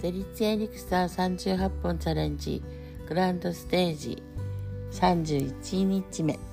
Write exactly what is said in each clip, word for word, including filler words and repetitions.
ゼリツエリクサーさんじゅうはっぽんチャレンジグランドステージさんじゅういちにちめ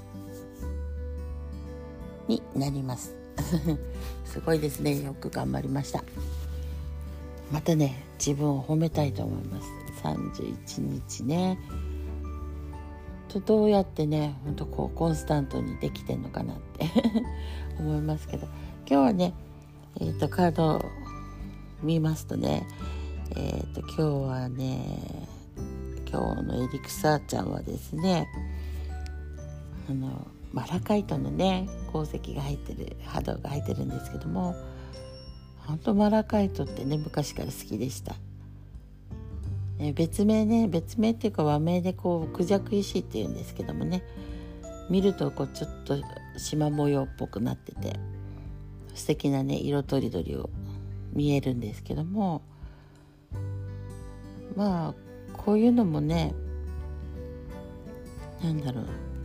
になりますすごいですね。よく頑張りました。またね、自分を褒めたいと思います。さんじゅういちにちねとどうやってね、ほんとこうコンスタントにできてんのかなって思いますけど、今日はね、えーとカードを見ますとね、えーと今日はね、今日のエリクサーちゃんはですね、あのマラカイトのね鉱石が入ってる波動が入ってるんですけども、本当マラカイトってね昔から好きでした。え別名ね別名っていうか和名でこうクジャク石っていうんですけどもね、見るとこうちょっと縞模様っぽくなってて素敵なね色とりどりを見えるんですけども、まあこういうのもね、なんだろう、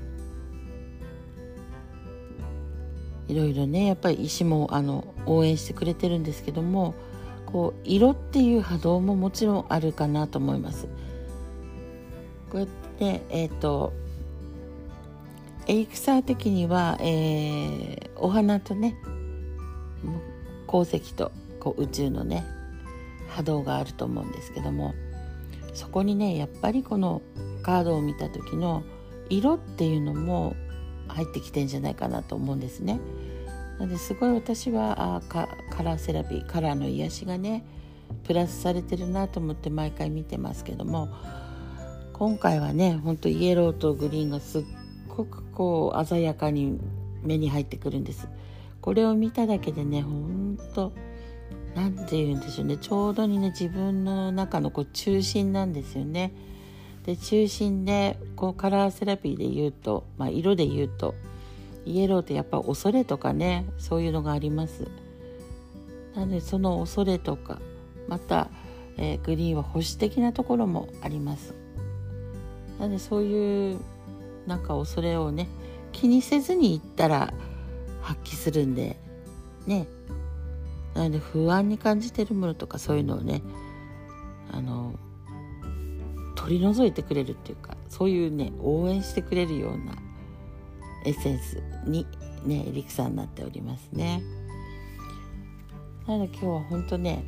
いろいろねやっぱり石もあの応援してくれてるんですけども、こう色っていう波動ももちろんあるかなと思います。こうやってえっ、ー、とエリクサー的には、えー、お花とね鉱石とこう宇宙のね波動があると思うんですけども、そこにねやっぱりこのカードを見た時の色っていうのも入ってきてんじゃないかなと思うんですね。なのですごい私はあカラーセラピー、カラーの癒しがねプラスされてるなと思って毎回見てますけども、今回はねほんとイエローとグリーンがすっごくこう鮮やかに目に入ってくるんです。これを見ただけでね、ほんとなんて言うんでしょうね、ちょうどにね自分の中のこう中心なんですよね。で中心でこうカラーセラピーで言うと、まあ、色で言うとイエローってやっぱ恐れとかねそういうのがあります。なのでその恐れとかまた、えー、グリーンは保守的なところもあります。なのでそういうなんか恐れをね気にせずにいったら発揮するんでね。なので不安に感じてるものとかそういうのをねあの取り除いてくれるっていうか、そういうね応援してくれるようなエッセンスにねエリクサーになっておりますね。なので今日は本当ね、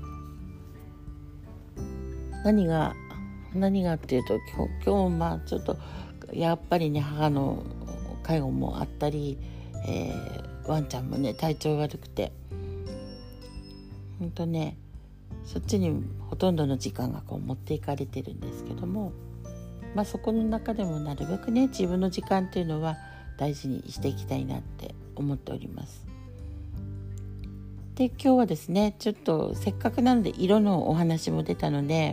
何が何がっていうと今日今日まあちょっとやっぱりね母の介護もあったり、えー、ワンちゃんもね体調悪くて本当ねそっちにほとんどの時間がこう持っていかれてるんですけども、まあそこの中でもなるべくね自分の時間というのは大事にしていきたいなって思っております。で今日はですねちょっとせっかくなので色のお話も出たので、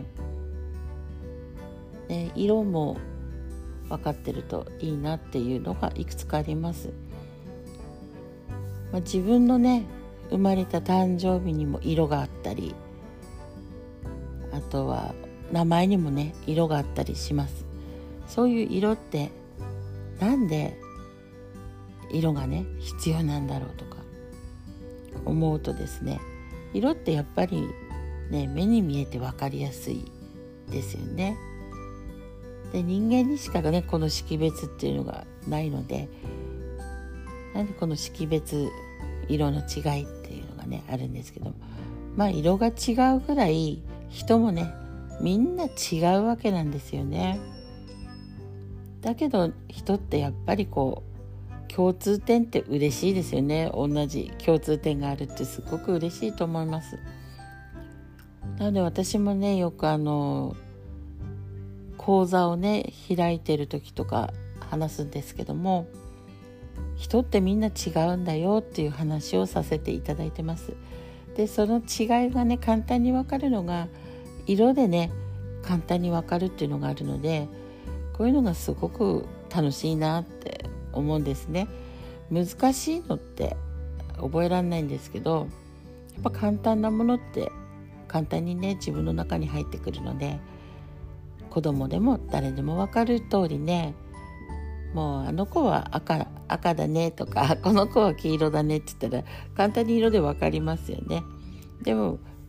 ね、色も分かってるといいなっていうのがいくつかあります。まあ、自分のね生まれた誕生日にも色があったり、あとは名前にもね色があったりします。そういう色ってなんで色がね必要なんだろうとか思うとですね、色ってやっぱりね目に見えて分かりやすいですよね。で人間にしかねこの識別っていうのがないので、なんでこの識別色の違いっていうのがねあるんですけども、まあ色が違うぐらい人もねみんな違うわけなんですよね。だけど人ってやっぱりこう共通点って嬉しいですよね。同じ共通点があるってすごく嬉しいと思います。なので私もねよくあの講座をね開いてる時とか話すんですけども、人ってみんな違うんだよっていう話をさせていただいてます。でその違いがね簡単に分かるのが色でね簡単に分かるっていうのがあるので、こういうのがすごく楽しいなって思うんですね。難しいのって覚えられないんですけど、やっぱ簡単なものって簡単にね自分の中に入ってくるので、子供でも誰でも分かる通りね、もうあの子は 赤, 赤だねとかこの子は黄色だねって言ったら簡単に色で分かりますよね。でも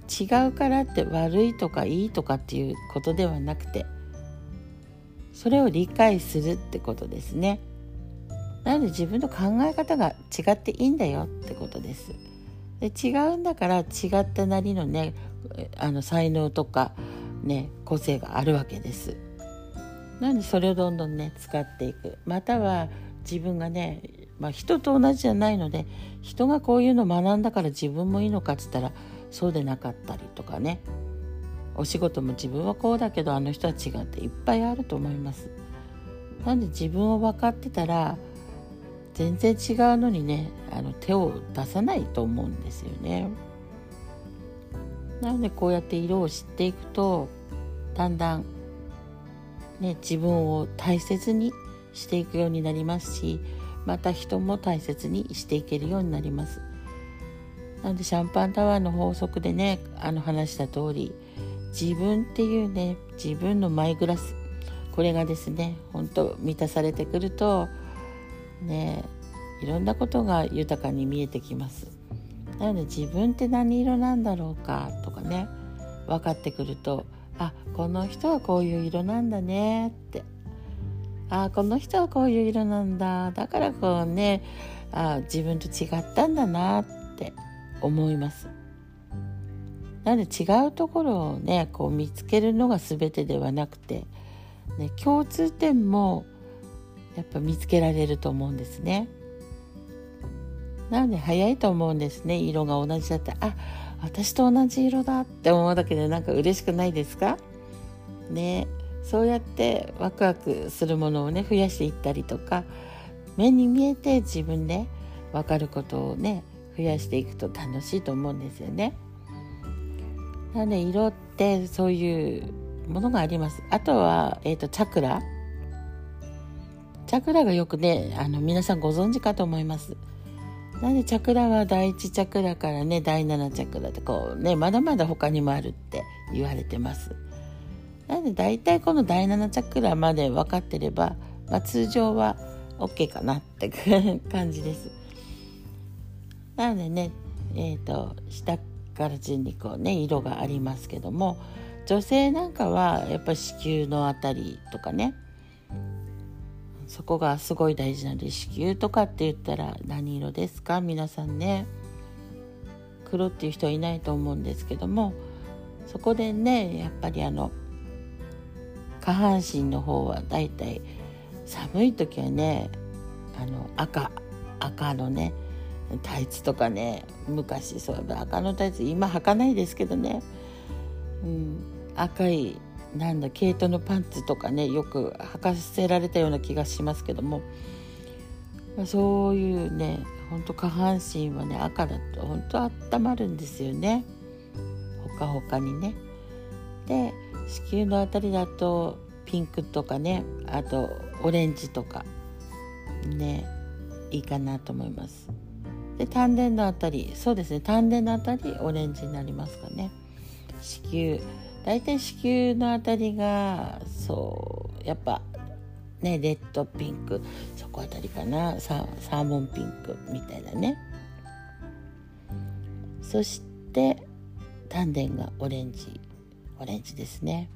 違うからって悪いとかいいとかっていうことではなくて、それを理解するってことですね。なので自分の考え方が違っていいんだよってことです。で違うんだから違ったなりのねあの才能とかね個性があるわけです。なのでそれをどんどんね使っていく、または自分がね、まあ、人と同じじゃないので、人がこういうの学んだから自分もいいのかって言ったらそうでなかったりとかね、お仕事も自分はこうだけどあの人は違っていっぱいあると思います。なので自分を分かってたら全然違うのにねあの手を出さないと思うんですよね。なのでこうやって色を知っていくとだんだんね自分を大切にしていくようになりますし、また人も大切にしていけるようになります。なのでシャンパンタワーの法則でねあの話した通り、自分っていうね自分のマイグラス、これがですね本当満たされてくるとねいろんなことが豊かに見えてきます。なので自分って何色なんだろうかとかね分かってくると、あこの人はこういう色なんだねって、あこの人はこういう色なんだ、だからこうねあ自分と違ったんだなって思います。なので違うところをねこう見つけるのが全てではなくて、ね、共通点もやっぱ見つけられると思うんですね。なので早いと思うんですね。色が同じだったら、あ私と同じ色だって思うだけでなんか嬉しくないですかね。そうやってワクワクするものをね増やしていったりとか、目に見えて自分で分かることをね増やしていくと楽しいと思うんですよね。なので色ってそういうものがあります。あとは、えーと、チャクラチャクラがよくねあの皆さんご存知かと思います。なのでチャクラはだいいちチャクラからねだいななチャクラってこうねまだまだ他にもあるって言われてます。なのでだいたいこのだいななチャクラまで分かってれば、まあ、通常は OK かなって感じです。なのでねえーと下から順にこうね色がありますけども、女性なんかはやっぱり子宮のあたりとかね、そこがすごい大事なので、子宮とかって言ったら何色ですか皆さんね。黒っていう人はいないと思うんですけども、そこでねやっぱりあの下半身の方はだいたい寒い時はねあの赤赤のねタイツとかね、昔そういえば赤のタイツ今履かないですけどね、うん、赤いなんだ毛糸のパンツとかねよく履かせられたような気がしますけども、そういうね本当下半身はね赤だと本当温まるんですよね、ほかほかにね。で子宮のあたりだとピンクとかね、あとオレンジとかねいいかなと思います。で丹田のあたり、そうですね丹田のあたりオレンジになりますかね。子宮だいたい子宮のあたりがそうやっぱねレッドピンク、そこあたりかな、ササーモンピンクみたいなね。そして丹田がオレンジオレンジですね。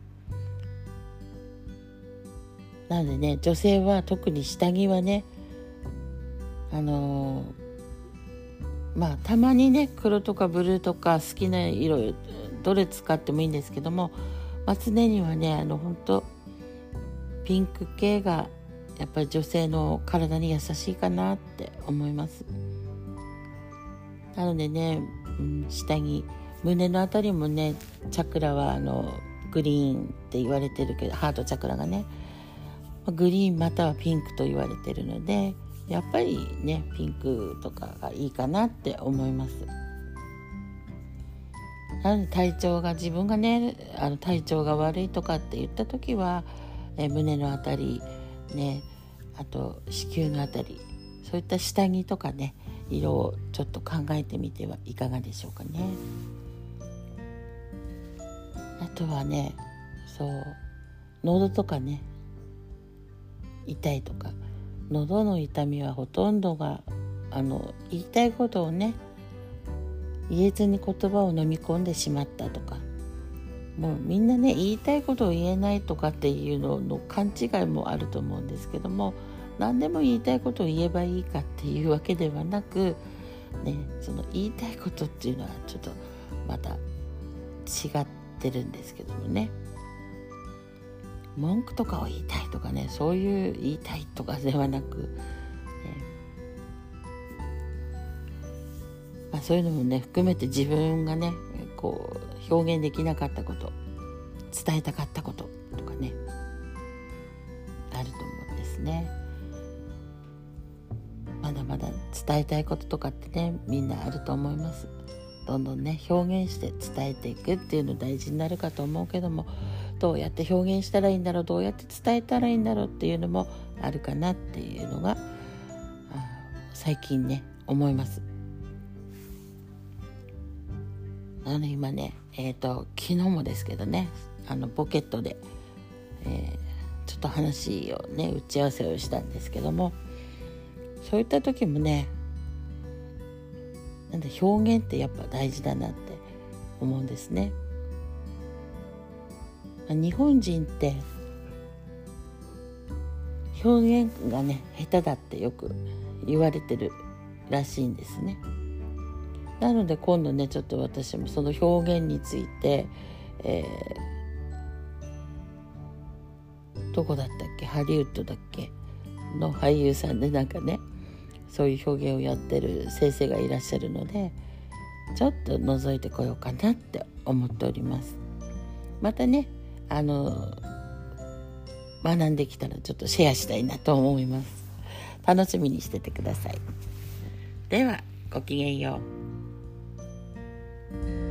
なのでね女性は特に下着はねあのーまあたまにね黒とかブルーとか好きな色どれ使ってもいいんですけども、まあ、常にはねあの本当ピンク系がやっぱり女性の体に優しいかなって思います。なのでね、うん、下着胸のあたりもねチャクラはあのグリーンって言われてるけど、ハートチャクラがねグリーンまたはピンクと言われてるので、やっぱりねピンクとかがいいかなって思います。なので体調が自分がねあの体調が悪いとかって言った時はえ胸のあたりね、あと子宮のあたり、そういった下着とかね色をちょっと考えてみてはいかがでしょうかね。あとはねそう喉とかね痛いとか、喉の痛みはほとんどがあの言いたいことをね言えずに言葉を飲み込んでしまったとか、もうみんなね言いたいことを言えないとかっていうのの勘違いもあると思うんですけども、何でも言いたいことを言えばいいかっていうわけではなく、ね、その言いたいことっていうのはちょっとまた違ってるんですけどもね、文句とかを言いたいとかね、そういう言いたいとかではなく、ね、まあ、そういうのもね含めて自分がねこう表現できなかったこと、伝えたかったこととかねあると思うんですね。まだまだ伝えたいこととかってねみんなあると思います。どんどんね表現して伝えていくっていうの大事になるかと思うけども、どうやって表現したらいいんだろう、どうやって伝えたらいいんだろうっていうのもあるかなっていうのが最近ね思います。あの今ねえっと昨日もですけどね、あのポケットで、えー、ちょっと話をね打ち合わせをしたんですけども、そういった時もね、なんで表現ってやっぱ大事だなって思うんですね。日本人って表現がね下手だってよく言われてるらしいんですね。なので今度ねちょっと私もその表現について、えー、どこだったっけ、ハリウッドだっけの俳優さんでなんかねそういう表現をやってる先生がいらっしゃるので、ちょっと覗いてこようかなって思っております。またねあの学んできたらちょっとシェアしたいなと思います。楽しみにしててください。ではごきげんよう。